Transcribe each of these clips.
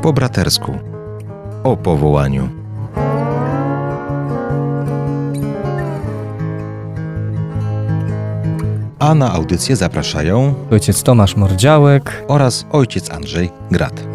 Po bratersku. O powołaniu. A na audycję zapraszają ojciec Tomasz Mordziałek oraz ojciec Andrzej Grat.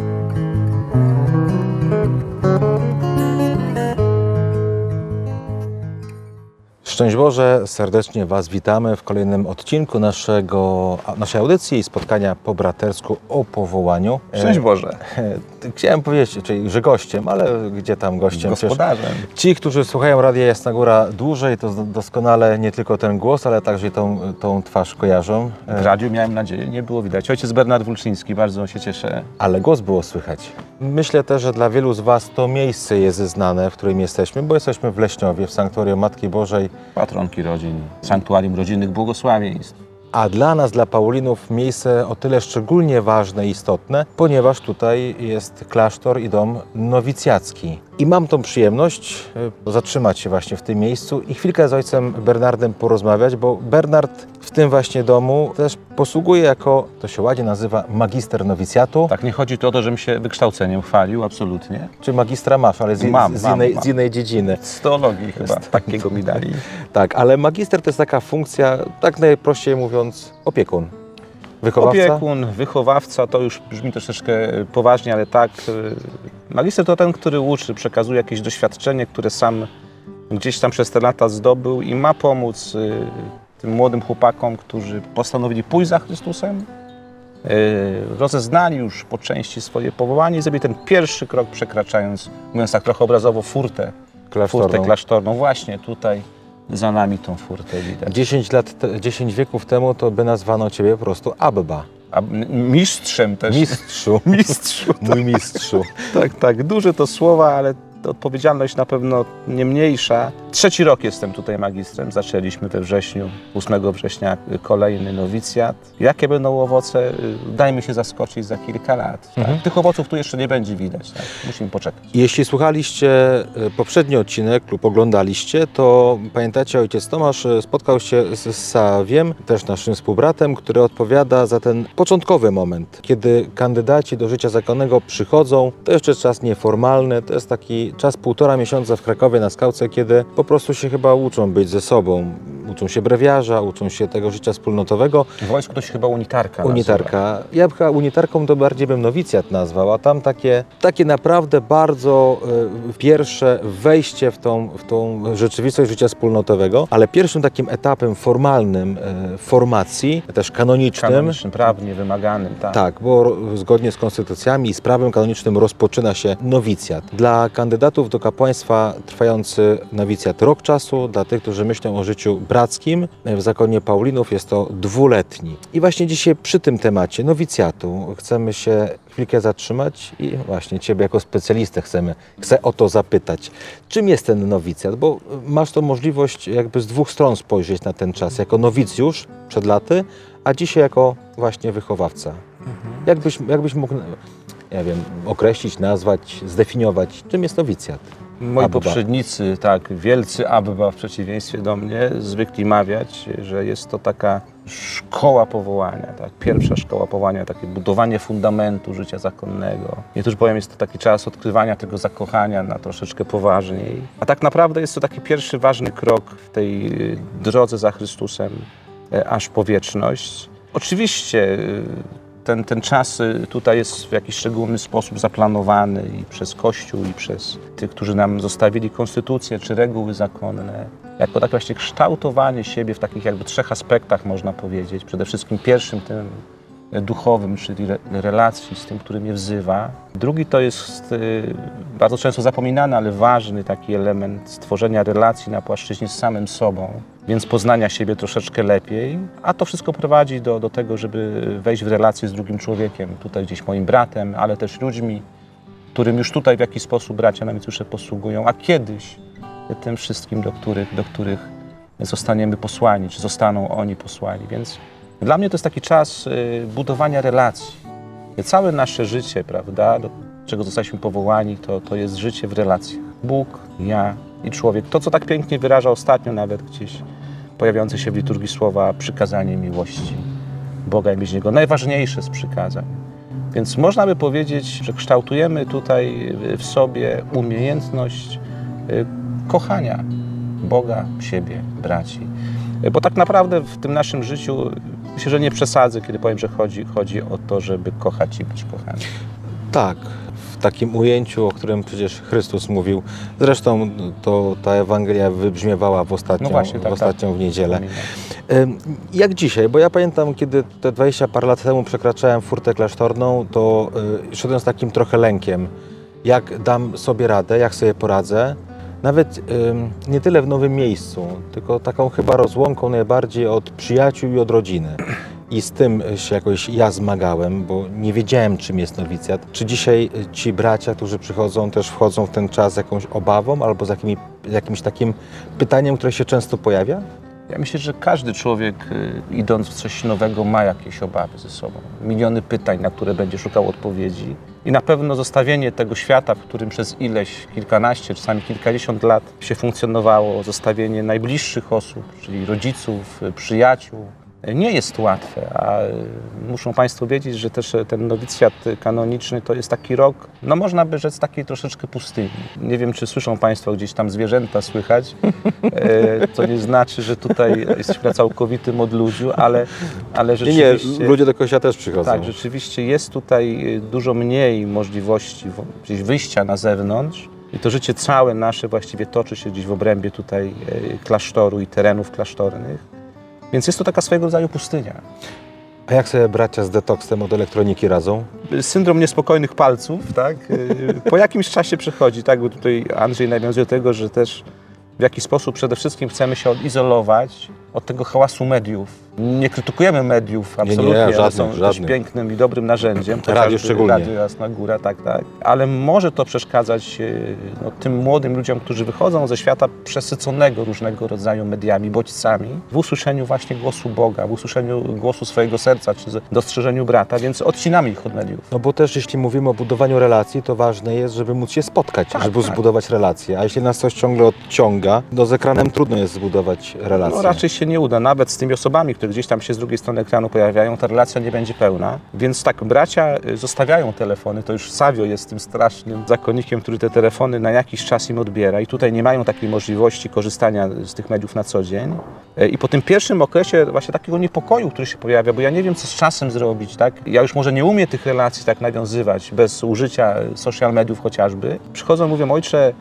Szczęść Boże, serdecznie Was witamy w kolejnym odcinku naszej audycji i spotkania po bratersku o powołaniu. Szczęść Boże. Chciałem powiedzieć, czyli że gościem, ale gdzie tam gościem? Gospodarzem. Ci, którzy słuchają Radia Jasna Góra dłużej, to doskonale nie tylko ten głos, ale także tą twarz kojarzą. W radiu, miałem nadzieję, nie było widać. Ojciec Bernard Wulczyński, bardzo się cieszę. Ale głos było słychać. Myślę też, że dla wielu z Was to miejsce jest znane, w którym jesteśmy, bo jesteśmy w Leśniowie, w Sanktuarium Matki Bożej. Patronki rodzin, Sanktuarium Rodzinnych Błogosławieństw. A dla nas, dla Paulinów, miejsce o tyle szczególnie ważne i istotne, ponieważ tutaj jest klasztor i dom nowicjacki. I mam tą przyjemność zatrzymać się właśnie w tym miejscu i chwilkę z ojcem Bernardem porozmawiać, bo Bernard w tym właśnie domu też posługuje jako, to się ładnie nazywa, magister nowicjatu. Tak, nie chodzi tu o to, żebym się wykształceniem chwalił, absolutnie. Czy magistra masz, ale z innej dziedziny. Z teologii chyba, takiego mi dali. Tak, ale magister to jest taka funkcja, tak najprościej mówiąc, opiekun. Wychowawca? Opiekun, wychowawca, to już brzmi troszeczkę poważnie, ale tak. Magister to ten, który uczy, przekazuje jakieś doświadczenie, które sam gdzieś tam przez te lata zdobył i ma pomóc tym młodym chłopakom, którzy postanowili pójść za Chrystusem, rozeznali już po części swoje powołanie i zrobili ten pierwszy krok, przekraczając, mówiąc tak trochę obrazowo, furtę klasztorną. Właśnie tutaj za nami tą furtę widać. 10 wieków temu to by nazwano Ciebie po prostu Abba. Mistrzem też. Mistrzu. Mój mistrzu. Tak. Duże to słowa, ale odpowiedzialność na pewno nie mniejsza. 3. rok jestem tutaj magistrem. Zaczęliśmy we wrześniu, 8 września kolejny nowicjat. Jakie będą owoce? Dajmy się zaskoczyć za kilka lat. Tak? Tych owoców tu jeszcze nie będzie widać. Tak? Musimy poczekać. Jeśli słuchaliście poprzedni odcinek lub oglądaliście, to pamiętacie, ojciec Tomasz spotkał się z Saviem, też naszym współbratem, który odpowiada za ten początkowy moment, kiedy kandydaci do życia zakonnego przychodzą. To jeszcze czas nieformalny, to jest taki czas 1,5 miesiąca w Krakowie na skałce, kiedy po prostu się chyba uczą być ze sobą. Uczą się brewiarza, uczą się tego życia wspólnotowego. W wojsku to się chyba unitarka nazywa. Ja chyba unitarką to bardziej bym nowicjat nazwał, a tam takie naprawdę bardzo pierwsze wejście w tą rzeczywistość życia wspólnotowego, ale pierwszym takim etapem formalnym formacji, też kanonicznym, prawnie wymaganym. Tak, bo zgodnie z konstytucjami i z prawem kanonicznym rozpoczyna się nowicjat. Dla kandydatów do kapłaństwa trwający nowicjat rok czasu, dla tych, którzy myślą o życiu brackim w zakonie Paulinów jest to 2-letni. I właśnie dzisiaj przy tym temacie nowicjatu chcemy się chwilkę zatrzymać i właśnie Ciebie jako specjalistę chcę o to zapytać. Czym jest ten nowicjat? Bo masz to możliwość jakby z 2 stron spojrzeć na ten czas. Jako nowicjusz przed laty, a dzisiaj jako właśnie wychowawca. Jakbyś mógł, nie wiem, określić, nazwać, zdefiniować, czym jest nowicjat? Moi poprzednicy, wielcy Abba w przeciwieństwie do mnie, zwykli mawiać, że jest to taka szkoła powołania, pierwsza szkoła powołania, takie budowanie fundamentu życia zakonnego. Niektórzy powiem, jest to taki czas odkrywania tego zakochania na troszeczkę poważniej. A tak naprawdę jest to taki pierwszy ważny krok w tej drodze za Chrystusem, aż po wieczność. Oczywiście ten czas tutaj jest w jakiś szczególny sposób zaplanowany i przez Kościół, i przez tych, którzy nam zostawili konstytucję czy reguły zakonne. Jako tak właśnie kształtowanie siebie w takich jakby 3 aspektach, można powiedzieć. Przede wszystkim pierwszym, tym duchowym, czyli relacji z tym, który mnie wzywa. Drugi to jest bardzo często zapominany, ale ważny taki element stworzenia relacji na płaszczyźnie z samym sobą, więc poznania siebie troszeczkę lepiej, a to wszystko prowadzi do tego, żeby wejść w relację z drugim człowiekiem, tutaj gdzieś moim bratem, ale też ludźmi, którym już tutaj w jakiś sposób bracia nowicjusze posługują, a kiedyś tym wszystkim, do których zostaniemy posłani, czy zostaną oni posłani, więc dla mnie to jest taki czas budowania relacji. Całe nasze życie, prawda, do czego zostaliśmy powołani, to jest życie w relacjach. Bóg, ja i człowiek. To, co tak pięknie wyraża ostatnio nawet gdzieś pojawiające się w liturgii słowa przykazanie miłości Boga i bliźniego. Najważniejsze z przykazań. Więc można by powiedzieć, że kształtujemy tutaj w sobie umiejętność kochania Boga, siebie, braci. Bo tak naprawdę w tym naszym życiu myślę, że nie przesadzę, kiedy powiem, że chodzi o to, żeby kochać i być kochany. Tak, w takim ujęciu, o którym przecież Chrystus mówił. Zresztą to ta Ewangelia wybrzmiewała w ostatnią w niedzielę. Jak dzisiaj, bo ja pamiętam, kiedy te 20 parę lat temu przekraczałem furtę klasztorną, to szedłem z takim trochę lękiem. Jak dam sobie radę, jak sobie poradzę. Nawet nie tyle w nowym miejscu, tylko taką chyba rozłąką najbardziej od przyjaciół i od rodziny. I z tym się jakoś ja zmagałem, bo nie wiedziałem, czym jest nowicjat. Czy dzisiaj ci bracia, którzy przychodzą, też wchodzą w ten czas z jakąś obawą albo z jakimś takim pytaniem, które się często pojawia? Ja myślę, że każdy człowiek, idąc w coś nowego, ma jakieś obawy ze sobą. Miliony pytań, na które będzie szukał odpowiedzi. I na pewno zostawienie tego świata, w którym przez kilkanaście, czasami kilkadziesiąt lat się funkcjonowało, zostawienie najbliższych osób, czyli rodziców, przyjaciół, nie jest łatwe, a muszą Państwo wiedzieć, że też ten nowicjat kanoniczny to jest taki rok, no można by rzec, takiej troszeczkę pustyni. Nie wiem, czy słyszą Państwo gdzieś tam zwierzęta słychać, to nie znaczy, że tutaj jesteśmy na całkowitym odludziu, ale rzeczywiście... Nie, ludzie do kościoła też przychodzą. Tak, rzeczywiście jest tutaj dużo mniej możliwości gdzieś wyjścia na zewnątrz. I to życie całe nasze właściwie toczy się gdzieś w obrębie tutaj klasztoru i terenów klasztornych. Więc jest to taka swojego rodzaju pustynia. A jak sobie bracia z detoksem od elektroniki radzą? Syndrom niespokojnych palców, tak? Po jakimś czasie przychodzi, tak? Bo tutaj Andrzej nawiązuje do tego, że też w jakiś sposób przede wszystkim chcemy się odizolować od tego hałasu mediów. Nie krytykujemy mediów, absolutnie, one są też pięknym i dobrym narzędziem. Radio szczególnie. Radio Jasna Góra, tak. Ale może to przeszkadzać tym młodym ludziom, którzy wychodzą ze świata przesyconego różnego rodzaju mediami, bodźcami, w usłyszeniu właśnie głosu Boga, w usłyszeniu głosu swojego serca, czy dostrzeżeniu brata, więc odcinamy ich od mediów. No bo też jeśli mówimy o budowaniu relacji, to ważne jest, żeby móc się spotkać, żeby zbudować relacje. A jeśli nas coś ciągle odciąga, no z ekranem trudno jest zbudować relacje. No raczej się nie uda. Nawet z tymi osobami, które gdzieś tam się z drugiej strony ekranu pojawiają, ta relacja nie będzie pełna. Więc tak, bracia zostawiają telefony, to już Savio jest tym strasznym zakonnikiem, który te telefony na jakiś czas im odbiera i tutaj nie mają takiej możliwości korzystania z tych mediów na co dzień. I po tym pierwszym okresie właśnie takiego niepokoju, który się pojawia, bo ja nie wiem, co z czasem zrobić, tak? Ja już może nie umiem tych relacji tak nawiązywać bez użycia social mediów chociażby. Przychodzą i mówią: ojcze,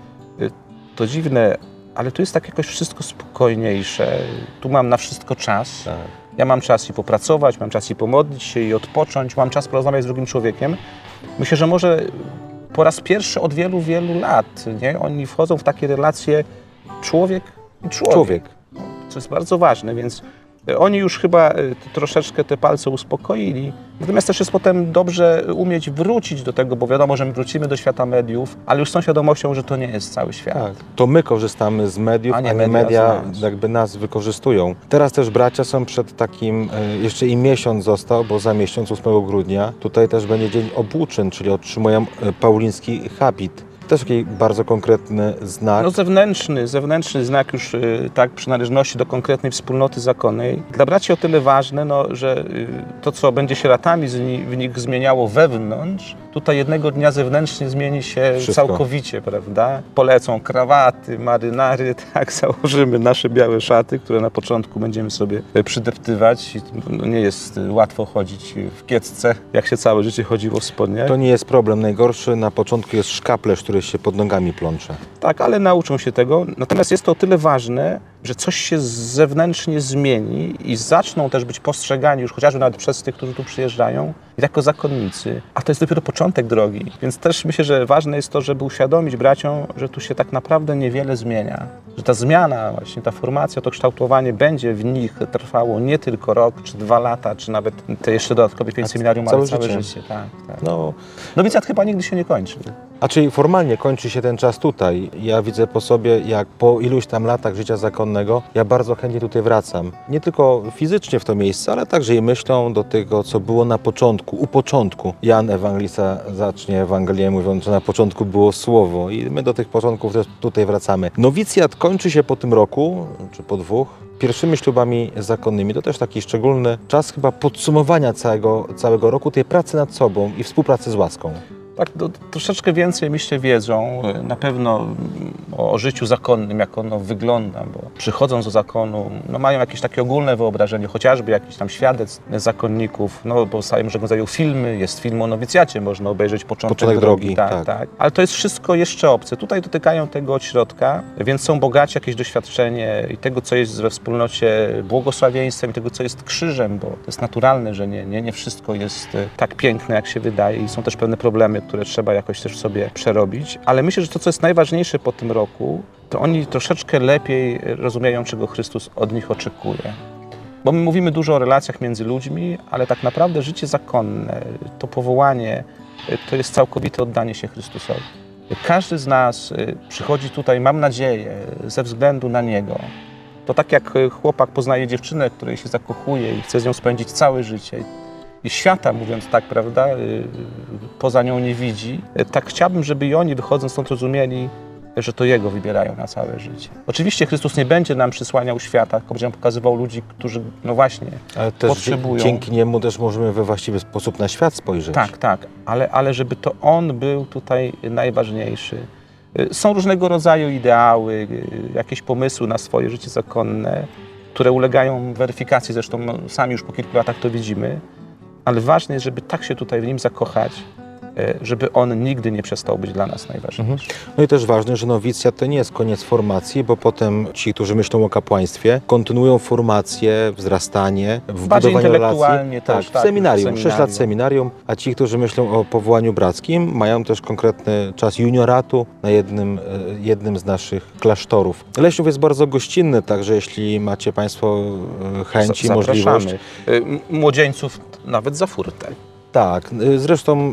to dziwne, ale tu jest tak jakoś wszystko spokojniejsze, tu mam na wszystko czas. Tak. Ja mam czas i popracować, mam czas i pomodlić się, i odpocząć, mam czas porozmawiać z drugim człowiekiem. Myślę, że może po raz pierwszy od wielu, wielu lat, nie? Oni wchodzą w takie relacje człowiek i człowiek. Co jest bardzo ważne, więc oni już chyba troszeczkę te palce uspokoili. Natomiast też jest potem dobrze umieć wrócić do tego, bo wiadomo, że my wrócimy do świata mediów, ale już z tą świadomością, że to nie jest cały świat. Tak. To my korzystamy z mediów, a nie media jakby nas wykorzystują. Teraz też bracia są przed takim, jeszcze i miesiąc został, bo za miesiąc, 8 grudnia, tutaj też będzie Dzień Obłóczyn, czyli otrzymują pauliński habit. Też taki bardzo konkretny znak. No zewnętrzny znak już tak przynależności do konkretnej wspólnoty zakonnej. Dla braci o tyle ważne, że to, co będzie się latami w nich zmieniało wewnątrz, tutaj jednego dnia zewnętrznie zmieni się całkowicie, prawda? Polecą krawaty, marynary, tak, założymy nasze białe szaty, które na początku będziemy sobie przydeptywać. Nie jest łatwo chodzić w kiecce, jak się całe życie chodziło w spodniach. To nie jest problem. Najgorszy na początku jest szkaplerz, który się pod nogami plącze. Tak, ale nauczą się tego. Natomiast jest to o tyle ważne, że coś się zewnętrznie zmieni i zaczną też być postrzegani już chociażby nawet przez tych, którzy tu przyjeżdżają, jako zakonnicy. A to jest dopiero początek drogi. Więc też myślę, że ważne jest to, żeby uświadomić braciom, że tu się tak naprawdę niewiele zmienia. Że ta zmiana, właśnie ta formacja, to kształtowanie będzie w nich trwało nie tylko rok, czy 2 lata, czy nawet te jeszcze dodatkowe 5 seminarium, ale całe życie. Tak. No, nowicjat chyba nigdy się nie kończy. A czyli formalnie kończy się ten czas tutaj. Ja widzę po sobie, jak po iluś tam latach życia zakonnego, ja bardzo chętnie tutaj wracam. Nie tylko fizycznie w to miejsce, ale także i myślą do tego, co było na początku, u początku. Jan Ewangelista zacznie Ewangelię mówiąc, że na początku było Słowo i my do tych początków też tutaj wracamy. Nowicjat kończy się po tym roku, czy po 2. pierwszymi ślubami zakonnymi. To też taki szczególny czas chyba podsumowania całego roku, tej pracy nad sobą i współpracy z łaską. Tak, troszeczkę więcej myślę wiedzą na pewno o życiu zakonnym, jak ono wygląda, bo przychodząc do zakonu, mają jakieś takie ogólne wyobrażenie, chociażby jakichś tam świadectw zakonników, powstają różnego rodzaju filmy, jest film o nowicjacie, można obejrzeć Początek drogi. Tak. Ale to jest wszystko jeszcze obce. Tutaj dotykają tego od środka, więc są bogaci jakieś doświadczenie i tego, co jest we wspólnocie błogosławieństwem i tego, co jest krzyżem, bo to jest naturalne, że nie wszystko jest tak piękne, jak się wydaje i są też pewne problemy, które trzeba jakoś też sobie przerobić. Ale myślę, że to, co jest najważniejsze po tym roku, to oni troszeczkę lepiej rozumieją, czego Chrystus od nich oczekuje. Bo my mówimy dużo o relacjach między ludźmi, ale tak naprawdę życie zakonne, to powołanie, to jest całkowite oddanie się Chrystusowi. Każdy z nas przychodzi tutaj, mam nadzieję, ze względu na Niego. To tak jak chłopak poznaje dziewczynę, której się zakochuje i chce z nią spędzić całe życie. I świata, mówiąc tak, prawda, poza nią nie widzi, tak chciałbym, żeby i oni wychodząc stąd rozumieli, że to Jego wybierają na całe życie. Oczywiście Chrystus nie będzie nam przysłaniał świata, tylko będzie nam pokazywał ludzi, którzy, ale też potrzebują. Dzięki Niemu też możemy we właściwy sposób na świat spojrzeć. Tak, ale żeby to On był tutaj najważniejszy. Są różnego rodzaju ideały, jakieś pomysły na swoje życie zakonne, które ulegają weryfikacji, zresztą sami już po kilku latach to widzimy, ale ważne jest, żeby tak się tutaj w Nim zakochać, żeby On nigdy nie przestał być dla nas najważniejszy. No i też ważne, że nowicjat to nie jest koniec formacji, bo potem ci, którzy myślą o kapłaństwie, kontynuują formację, wzrastanie, w Bardziej budowaniu relacji. intelektualnie też, w seminarium, 6 lat seminarium. seminarium, a ci, którzy myślą o powołaniu brackim, mają też konkretny czas junioratu na jednym z naszych klasztorów. Leśniów jest bardzo gościnny, także jeśli macie Państwo chęć i możliwość. Młodzieńców nawet za furtę. Tak, zresztą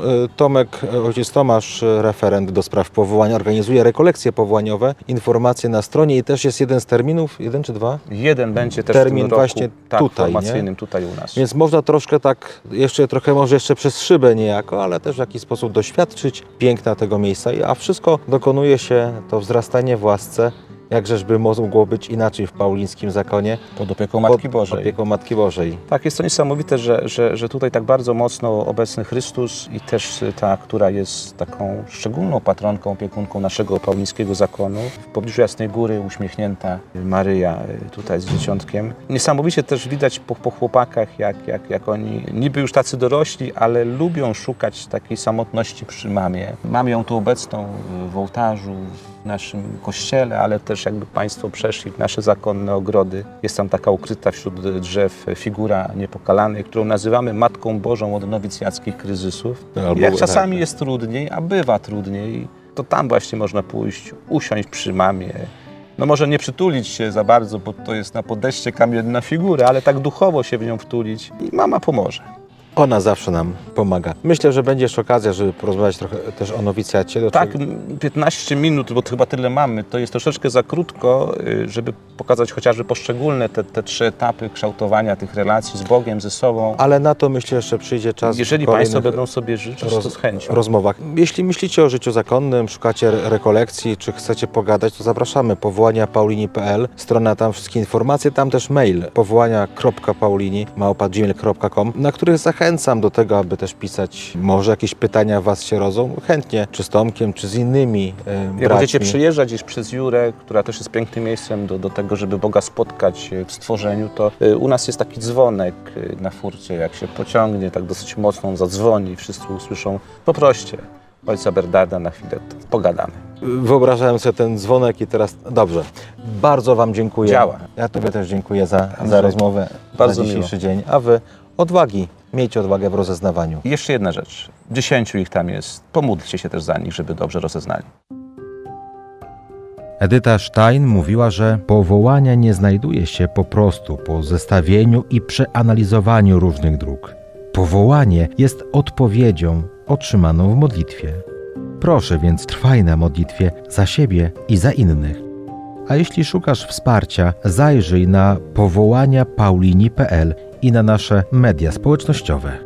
ojciec Tomasz, referent do spraw powołania, organizuje rekolekcje powołaniowe, informacje na stronie i też jest jeden z terminów, 1 czy 2? Jeden będzie też termin w tym roku, właśnie tutaj, formacyjnym nie? tutaj u nas. Więc można troszkę tak, może jeszcze przez szybę niejako, ale też w jakiś sposób doświadczyć piękna tego miejsca, a wszystko dokonuje się, to wzrastanie w łasce, jakżeżby mogło być inaczej w paulińskim zakonie. Pod opieką Matki Bożej. Opieką Matki Bożej. Tak, jest to niesamowite, że tutaj tak bardzo mocno obecny Chrystus i też ta, która jest taką szczególną patronką, opiekunką naszego paulińskiego zakonu. W pobliżu Jasnej Góry uśmiechnięta Maryja tutaj z dzieciątkiem. Niesamowicie też widać po chłopakach, jak oni niby już tacy dorośli, ale lubią szukać takiej samotności przy mamie. Mamy ją tu obecną w ołtarzu, w naszym kościele, ale też jakby Państwo przeszli w nasze zakonne ogrody. Jest tam taka ukryta wśród drzew figura niepokalanej, którą nazywamy Matką Bożą od nowicjackich kryzysów. Jak czasami jest trudniej, a bywa trudniej, to tam właśnie można pójść, usiąść przy mamie. Może nie przytulić się za bardzo, bo to jest na podejście kamienna figura, ale tak duchowo się w nią wtulić i mama pomoże. Ona zawsze nam pomaga. Myślę, że będzie jeszcze okazja, żeby porozmawiać trochę też o nowicjacie. Tak, 15 minut, bo chyba tyle mamy, to jest troszeczkę za krótko, żeby pokazać chociażby poszczególne te 3 etapy kształtowania tych relacji z Bogiem, ze sobą. Ale na to myślę, że przyjdzie czas. Jeżeli Państwo będą sobie życzyć, to z chęcią. Rozmowach. Jeśli myślicie o życiu zakonnym, szukacie rekolekcji, czy chcecie pogadać, to zapraszamy. powołania.paulini.pl, strona, tam wszystkie informacje, tam też mail powołania.paulini@gmail.com, na których zachęcam do tego, aby też pisać. Może jakieś pytania Was się rodzą? Chętnie, czy z Tomkiem, czy z innymi braćmi. Jak będziecie przyjeżdżać gdzieś przez Jurę, która też jest pięknym miejscem do tego, żeby Boga spotkać w stworzeniu, to u nas jest taki dzwonek na furcie. Jak się pociągnie tak dosyć mocno, on zadzwoni, wszyscy usłyszą, poproście ojca Bernarda na chwilę, pogadamy. Wyobrażałem sobie ten dzwonek i teraz... Dobrze. Bardzo Wam dziękuję. Działa. Ja Tobie też dziękuję za rozmowę, Bardzo za dzisiejszy dzień. A Wy odwagi. Miejcie odwagę w rozeznawaniu. I jeszcze jedna rzecz. 10 ich tam jest. Pomódlcie się też za nich, żeby dobrze rozeznali. Edyta Stein mówiła, że powołania nie znajduje się po prostu po zestawieniu i przeanalizowaniu różnych dróg. Powołanie jest odpowiedzią otrzymaną w modlitwie. Proszę więc trwaj na modlitwie za siebie i za innych. A jeśli szukasz wsparcia, zajrzyj na powołania.paulini.pl i na nasze media społecznościowe.